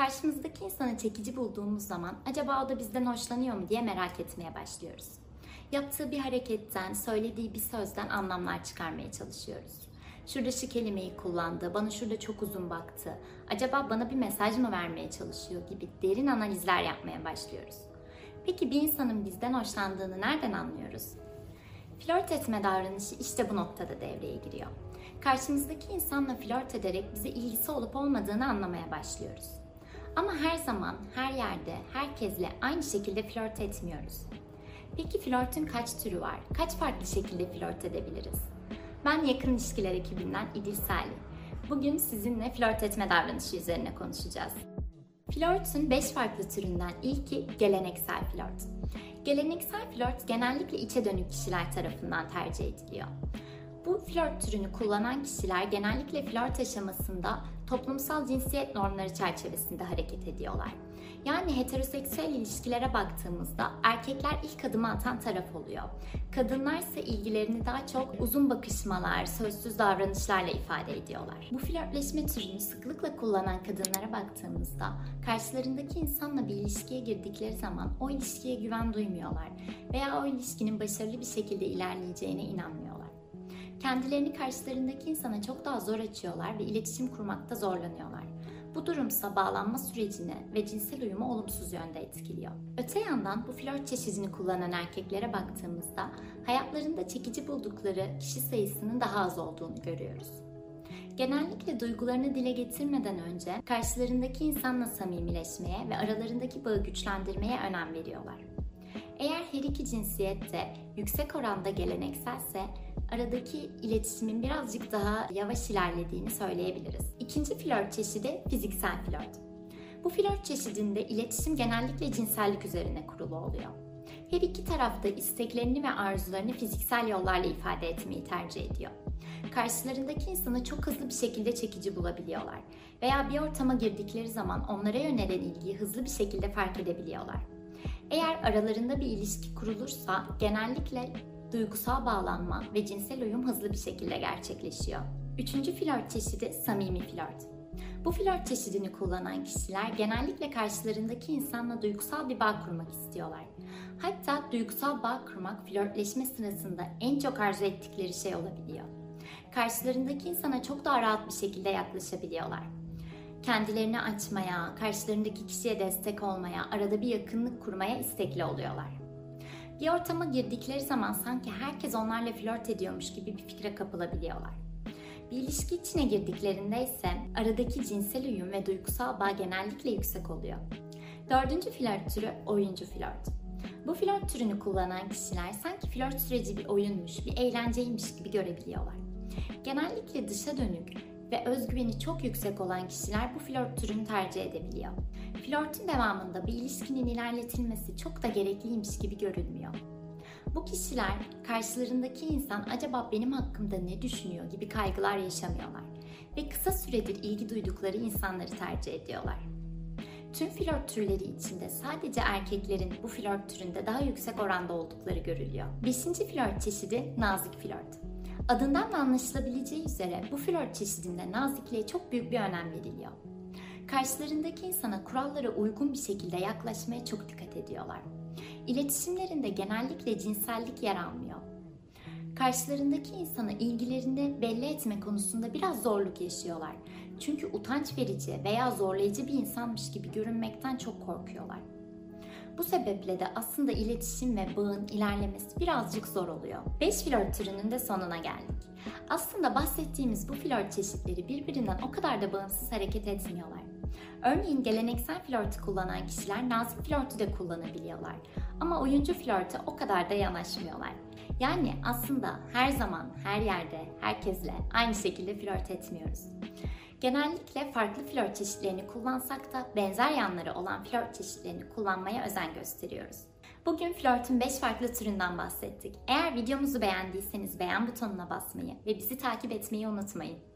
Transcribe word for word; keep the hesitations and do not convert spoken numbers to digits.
Karşımızdaki insanı çekici bulduğumuz zaman acaba o da bizden hoşlanıyor mu diye merak etmeye başlıyoruz. Yaptığı bir hareketten, söylediği bir sözden anlamlar çıkarmaya çalışıyoruz. Şurada şu kelimeyi kullandı, bana şurada çok uzun baktı, acaba bana bir mesaj mı vermeye çalışıyor gibi derin analizler yapmaya başlıyoruz. Peki bir insanın bizden hoşlandığını nereden anlıyoruz? Flört etme davranışı işte bu noktada devreye giriyor. Karşımızdaki insanla flört ederek bize ilgisi olup olmadığını anlamaya başlıyoruz. Ama her zaman, her yerde, herkesle aynı şekilde flört etmiyoruz. Peki flörtün kaç türü var? Kaç farklı şekilde flört edebiliriz? Ben yakın ilişkiler ekibinden İdil Salih. Bugün sizinle flört etme davranışı üzerine konuşacağız. Flörtün beş farklı türünden ilki geleneksel flört. Geleneksel flört genellikle içe dönük kişiler tarafından tercih ediliyor. Bu flört türünü kullanan kişiler genellikle flört aşamasında toplumsal cinsiyet normları çerçevesinde hareket ediyorlar. Yani heteroseksüel ilişkilere baktığımızda erkekler ilk adımı atan taraf oluyor. Kadınlar ise ilgilerini daha çok uzun bakışmalar, sözsüz davranışlarla ifade ediyorlar. Bu flörtleşme türünü sıklıkla kullanan kadınlara baktığımızda karşılarındaki insanla bir ilişkiye girdikleri zaman o ilişkiye güven duymuyorlar veya o ilişkinin başarılı bir şekilde ilerleyeceğine inanmıyorlar. Kendilerini karşılarındaki insana çok daha zor açıyorlar ve iletişim kurmakta zorlanıyorlar. Bu durumsa bağlanma sürecini ve cinsel uyumu olumsuz yönde etkiliyor. Öte yandan bu flört çeşidini kullanan erkeklere baktığımızda hayatlarında çekici buldukları kişi sayısının daha az olduğunu görüyoruz. Genellikle duygularını dile getirmeden önce karşılarındaki insanla samimileşmeye ve aralarındaki bağı güçlendirmeye önem veriyorlar. Eğer her iki cinsiyet de yüksek oranda gelenekselse aradaki iletişimin birazcık daha yavaş ilerlediğini söyleyebiliriz. İkinci flört çeşidi fiziksel flört. Bu flört çeşidinde iletişim genellikle cinsellik üzerine kurulu oluyor. Her iki taraf da isteklerini ve arzularını fiziksel yollarla ifade etmeyi tercih ediyor. Karşılarındaki insanı çok hızlı bir şekilde çekici bulabiliyorlar veya bir ortama girdikleri zaman onlara yönelen ilgiyi hızlı bir şekilde fark edebiliyorlar. Eğer aralarında bir ilişki kurulursa genellikle duygusal bağlanma ve cinsel uyum hızlı bir şekilde gerçekleşiyor. Üçüncü flört çeşidi samimi flört. Bu flört çeşidini kullanan kişiler genellikle karşılarındaki insanla duygusal bir bağ kurmak istiyorlar. Hatta duygusal bağ kurmak flörtleşme sırasında en çok arzu ettikleri şey olabiliyor. Karşılarındaki insana çok daha rahat bir şekilde yaklaşabiliyorlar. Kendilerini açmaya, karşılarındaki kişiye destek olmaya, arada bir yakınlık kurmaya istekli oluyorlar. Bir ortama girdikleri zaman sanki herkes onlarla flört ediyormuş gibi bir fikre kapılabiliyorlar. Bir ilişki içine girdiklerinde ise aradaki cinsel uyum ve duygusal bağ genellikle yüksek oluyor. Dördüncü flört türü oyuncu flört. Bu flört türünü kullanan kişiler sanki flört süreci bir oyunmuş, bir eğlenceymiş gibi görebiliyorlar. Genellikle dışa dönük ve özgüveni çok yüksek olan kişiler bu flört türünü tercih edebiliyor. Flörtün devamında bir ilişkinin ilerletilmesi çok da gerekliymiş gibi görülmüyor. Bu kişiler karşılarındaki insan acaba benim hakkımda ne düşünüyor gibi kaygılar yaşamıyorlar ve kısa süredir ilgi duydukları insanları tercih ediyorlar. Tüm flört türleri içinde sadece erkeklerin bu flört türünde daha yüksek oranda oldukları görülüyor. Beşinci flört çeşidi nazik flört. Adından da anlaşılabileceği üzere bu flört çeşidinde nazikliğe çok büyük bir önem veriliyor. Karşılarındaki insana kurallara uygun bir şekilde yaklaşmaya çok dikkat ediyorlar. İletişimlerinde genellikle cinsellik yer almıyor. Karşılarındaki insana ilgilerini belli etme konusunda biraz zorluk yaşıyorlar. Çünkü utanç verici veya zorlayıcı bir insanmış gibi görünmekten çok korkuyorlar. Bu sebeple de aslında iletişim ve bağın ilerlemesi birazcık zor oluyor. beş flört türünün de sonuna geldik. Aslında bahsettiğimiz bu flört çeşitleri birbirinden o kadar da bağımsız hareket etmiyorlar. Örneğin geleneksel flörtü kullanan kişiler nazik flörtü de kullanabiliyorlar. Ama oyuncu flörte o kadar da yanaşmıyorlar. Yani aslında her zaman, her yerde, herkesle aynı şekilde flört etmiyoruz. Genellikle farklı flört çeşitlerini kullansak da benzer yanları olan flört çeşitlerini kullanmaya özen gösteriyoruz. Bugün flörtün beş farklı türünden bahsettik. Eğer videomuzu beğendiyseniz beğen butonuna basmayı ve bizi takip etmeyi unutmayın.